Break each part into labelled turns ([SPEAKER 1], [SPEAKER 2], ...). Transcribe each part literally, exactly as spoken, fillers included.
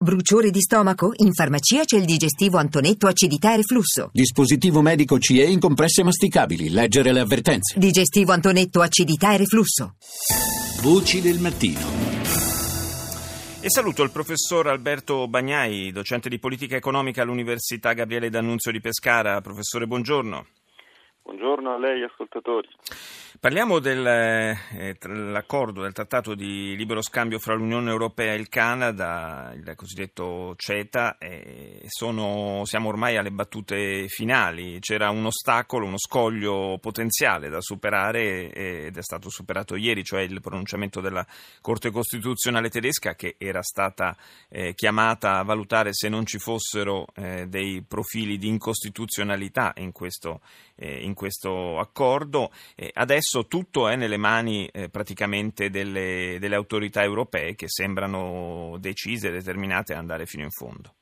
[SPEAKER 1] Bruciore di stomaco? In farmacia c'è il digestivo Antonetto acidità e reflusso.
[SPEAKER 2] Dispositivo medico C E in compresse masticabili. Leggere le avvertenze.
[SPEAKER 1] Digestivo Antonetto acidità e reflusso.
[SPEAKER 2] Voci del mattino.
[SPEAKER 3] E saluto il professor Alberto Bagnai, docente di politica economica all'Università Gabriele D'Annunzio di Pescara. Professore, buongiorno.
[SPEAKER 4] Buongiorno a lei, ascoltatori.
[SPEAKER 3] Parliamo dell'accordo, eh, del trattato di libero scambio fra l'Unione Europea e il Canada, il cosiddetto CETA, e sono, siamo ormai alle battute finali. C'era un ostacolo, uno scoglio potenziale da superare ed è stato superato ieri, cioè il pronunciamento della Corte Costituzionale tedesca, che era stata eh, chiamata a valutare se non ci fossero eh, dei profili di incostituzionalità in questo, eh, in questo accordo. Eh, adesso tutto è nelle mani eh, praticamente delle, delle autorità europee, che sembrano decise, determinate ad andare fino in fondo.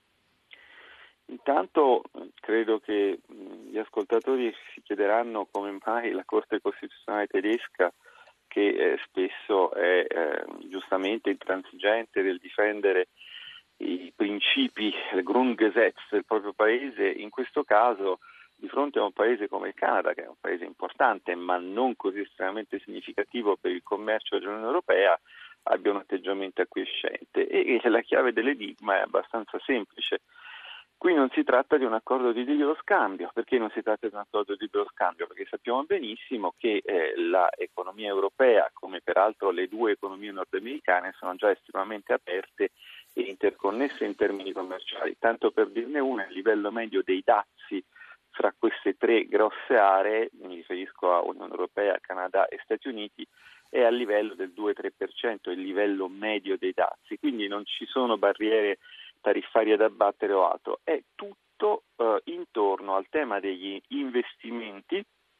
[SPEAKER 4] Intanto credo che gli ascoltatori si chiederanno come mai la Corte Costituzionale tedesca, che eh, spesso è eh, giustamente intransigente nel difendere i principi, il Grundgesetz del proprio paese, in questo caso di fronte a un paese come il Canada, che è un paese importante ma non così estremamente significativo per il commercio dell'Unione Europea, abbia un atteggiamento acquiescente. E, e la chiave dell'enigma è abbastanza semplice. Qui non si tratta di un accordo di libero scambio. Perché non si tratta di un accordo di libero scambio? Perché sappiamo benissimo che eh, l'economia europea, come peraltro le due economie nordamericane, sono già estremamente aperte e interconnesse in termini commerciali. Tanto per dirne una, il livello medio dei dazi fra queste tre grosse aree, mi riferisco a Unione Europea, Canada e Stati Uniti, è a livello del due tre per cento, il livello medio dei dazi, quindi non ci sono barriere tariffarie da abbattere o altro, è tutto eh, intorno al tema degli investimenti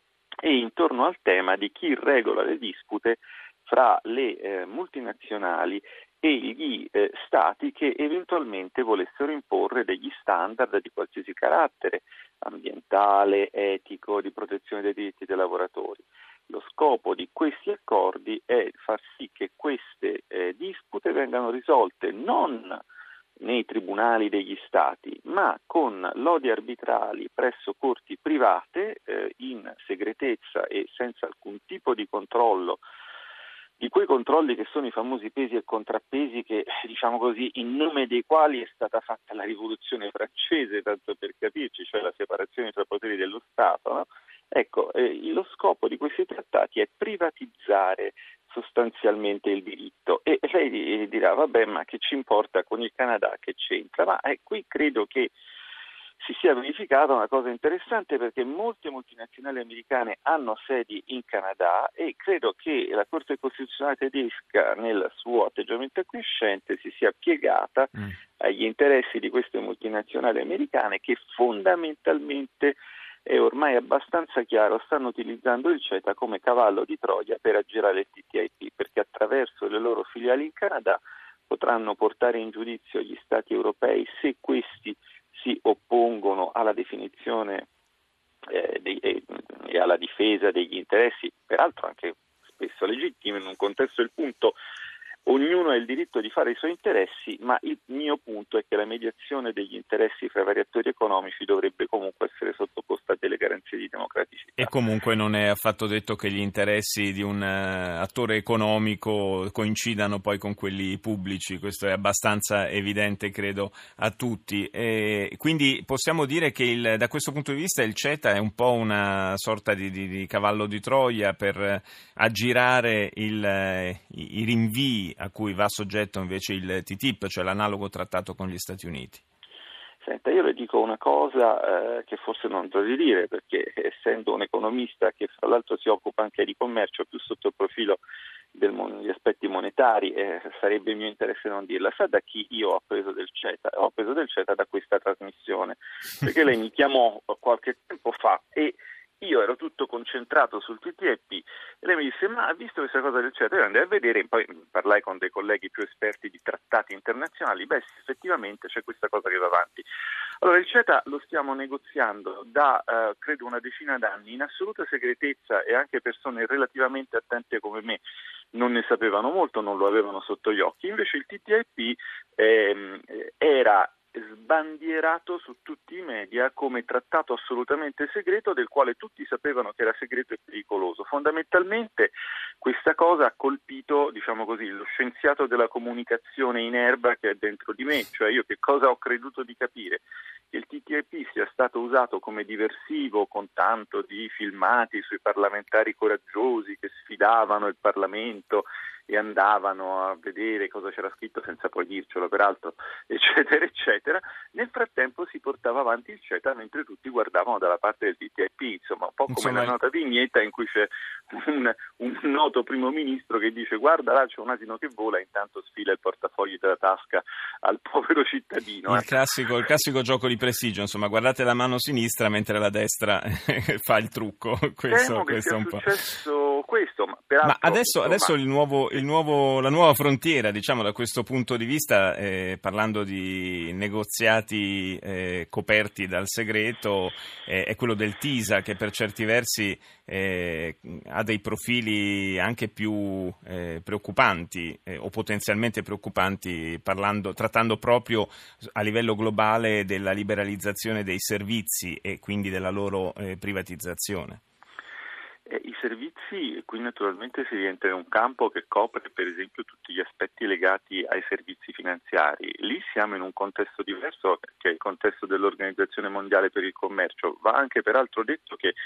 [SPEAKER 4] e intorno al tema di chi regola le dispute fra le eh, multinazionali e gli eh, stati che eventualmente volessero imporre degli standard di qualsiasi carattere, ambientale, etico, di protezione dei diritti dei lavoratori. Lo scopo di questi accordi è far sì che queste eh, dispute vengano risolte non nei tribunali degli stati, ma con lodi arbitrali presso corti private eh, in segretezza e senza alcun tipo di controllo, di quei controlli che sono i famosi pesi e contrappesi che, diciamo così, in nome dei quali è stata fatta la rivoluzione francese, tanto per capirci, cioè la separazione tra poteri dello Stato, no? Ecco, eh, lo scopo di questi trattati è privatizzare sostanzialmente il diritto. E lei dirà, vabbè, ma che ci importa con il Canada, che c'entra? Ma eh, qui credo che si sia verificata una cosa interessante, perché molte multinazionali americane hanno sedi in Canada e credo che la Corte Costituzionale tedesca, nel suo atteggiamento acquiescente, si sia piegata mm. agli interessi di queste multinazionali americane, che fondamentalmente, è ormai abbastanza chiaro, stanno utilizzando il CETA come cavallo di Troia per aggirare il T T I P, perché attraverso le loro filiali in Canada potranno portare in giudizio gli stati europei se questi si oppongono alla definizione eh, dei, e, e alla difesa degli interessi, peraltro anche spesso legittimi in un contesto. Il punto, ognuno ha il diritto di fare i suoi interessi, ma il mio punto è che la mediazione degli interessi fra i vari attori economici dovrebbe comunque essere sottoposta a delle garanzie di democraticità.
[SPEAKER 3] E comunque non è affatto detto che gli interessi di un uh, attore economico coincidano poi con quelli pubblici, questo è abbastanza evidente, credo, a tutti. E quindi possiamo dire che il, da questo punto di vista il CETA è un po' una sorta di, di, di cavallo di Troia per uh, aggirare il, uh, i, i rinvii a cui va soggetto invece il T T I P, cioè l'analogo trattato con gli Stati Uniti.
[SPEAKER 4] Senta, io le dico una cosa eh, che forse non dovrei dire, perché essendo un economista che fra l'altro si occupa anche di commercio più sotto il profilo del, degli aspetti monetari, eh, sarebbe mio interesse non dirla. Sa da chi io ho preso del CETA? Ho preso del CETA da questa trasmissione, perché lei mi chiamò qualche tempo fa e io ero tutto concentrato sul T T I P e lei mi disse, ma ha visto questa cosa del CETA? Io andai a vedere, poi parlai con dei colleghi più esperti di trattati internazionali. Beh sì, effettivamente c'è questa cosa che va avanti. Allora, il CETA lo stiamo negoziando da, eh, credo, una decina d'anni, in assoluta segretezza, e anche persone relativamente attente come me non ne sapevano molto, non lo avevano sotto gli occhi. Invece il T T I P ehm, era sbandierato su tutti i media come trattato assolutamente segreto, del quale tutti sapevano che era segreto e pericoloso. Fondamentalmente questa cosa ha colpito, diciamo così, lo scienziato della comunicazione in erba che è dentro di me, cioè io che cosa ho creduto di capire? Che il T T I P sia stato usato come diversivo con tanto di filmati sui parlamentari coraggiosi che sfidavano il Parlamento e andavano a vedere cosa c'era scritto senza poi dircelo peraltro, eccetera eccetera. Nel frattempo si portava avanti il CETA mentre tutti guardavano dalla parte del T T I P, insomma un po' come
[SPEAKER 3] insomma,
[SPEAKER 4] la nota vignetta in cui c'è un, un noto primo ministro che dice guarda là c'è un asino che vola, intanto sfila il portafogli della tasca al povero cittadino.
[SPEAKER 3] Il
[SPEAKER 4] eh.
[SPEAKER 3] classico, il classico gioco di prestigio, insomma, guardate la mano sinistra mentre la destra fa il trucco. Questo,
[SPEAKER 4] Temo che
[SPEAKER 3] questo
[SPEAKER 4] sia
[SPEAKER 3] è un po'.
[SPEAKER 4] successo questo, ma peraltro,
[SPEAKER 3] Ma adesso,
[SPEAKER 4] insomma,
[SPEAKER 3] adesso il nuovo, il nuovo, la nuova frontiera, diciamo, da questo punto di vista, eh, parlando di negoziati eh, coperti dal segreto, eh, è quello del TISA, che per certi versi eh, ha dei profili anche più eh, preoccupanti eh, o potenzialmente preoccupanti, parlando, trattando proprio a livello globale della liberalizzazione dei servizi e quindi della loro eh, privatizzazione.
[SPEAKER 4] Eh, I servizi, qui naturalmente si rientra in un campo che copre per esempio tutti gli aspetti legati ai servizi finanziari. Lì siamo in un contesto diverso, che è il contesto dell'Organizzazione Mondiale per il Commercio. Va anche peraltro detto che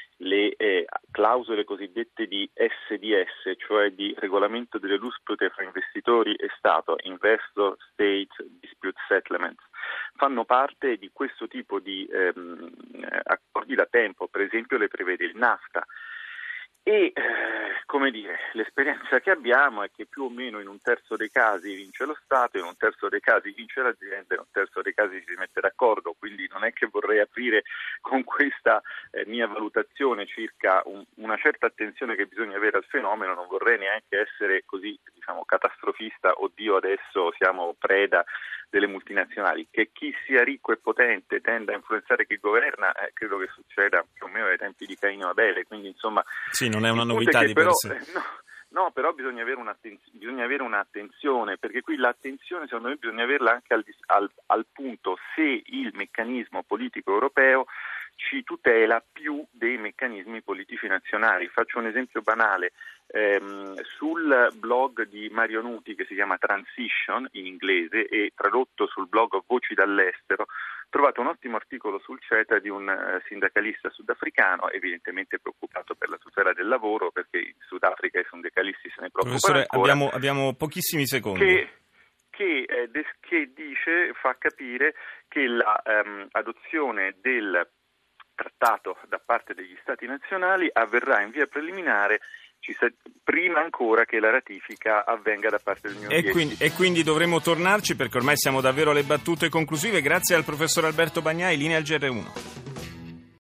[SPEAKER 4] le eh, clausole cosiddette di S D S, cioè di regolamento delle dispute fra investitori e Stato, Investor State Dispute Settlements, fanno parte di questo tipo di ehm, accordi da tempo. Per esempio le prevede il NAFTA. E, eh, come dire, l'esperienza che abbiamo è che più o meno in un terzo dei casi vince lo Stato, in un terzo dei casi vince l'azienda, in un terzo dei casi si mette d'accordo, quindi non è che vorrei aprire con questa eh, mia valutazione circa un, una certa attenzione che bisogna avere al fenomeno, non vorrei neanche essere così, diciamo, catastrofista, oddio adesso siamo preda delle multinazionali. Che chi sia ricco e potente tenda a influenzare chi governa, eh, credo che succeda più o meno ai tempi di Caino e Abele, quindi insomma
[SPEAKER 3] sì, non è una novità di
[SPEAKER 4] però,
[SPEAKER 3] per sé.
[SPEAKER 4] Eh, no, no, però bisogna avere, bisogna avere un'attenzione, perché qui l'attenzione secondo me bisogna averla anche al, al, al punto se il meccanismo politico europeo ci tutela più dei meccanismi politici nazionali. Faccio un esempio banale. Ehm, sul blog di Mario Nuti, che si chiama Transition in inglese e tradotto sul blog Voci dall'estero, trovate un ottimo articolo sul CETA di un uh, sindacalista sudafricano, evidentemente preoccupato per la tutela del lavoro, perché in Sudafrica i sindacalisti se ne preoccupano
[SPEAKER 3] Professore,
[SPEAKER 4] ancora.
[SPEAKER 3] abbiamo, abbiamo pochissimi secondi.
[SPEAKER 4] Che, che, eh, des, che dice, fa capire che l'adozione um, del trattato da parte degli Stati nazionali avverrà in via preliminare ci sa- prima ancora che la ratifica avvenga da parte dell'Unione
[SPEAKER 3] Europea. E quindi, e quindi dovremo tornarci, perché ormai siamo davvero alle battute conclusive. Grazie al professor Alberto Bagnai, linea al G R uno.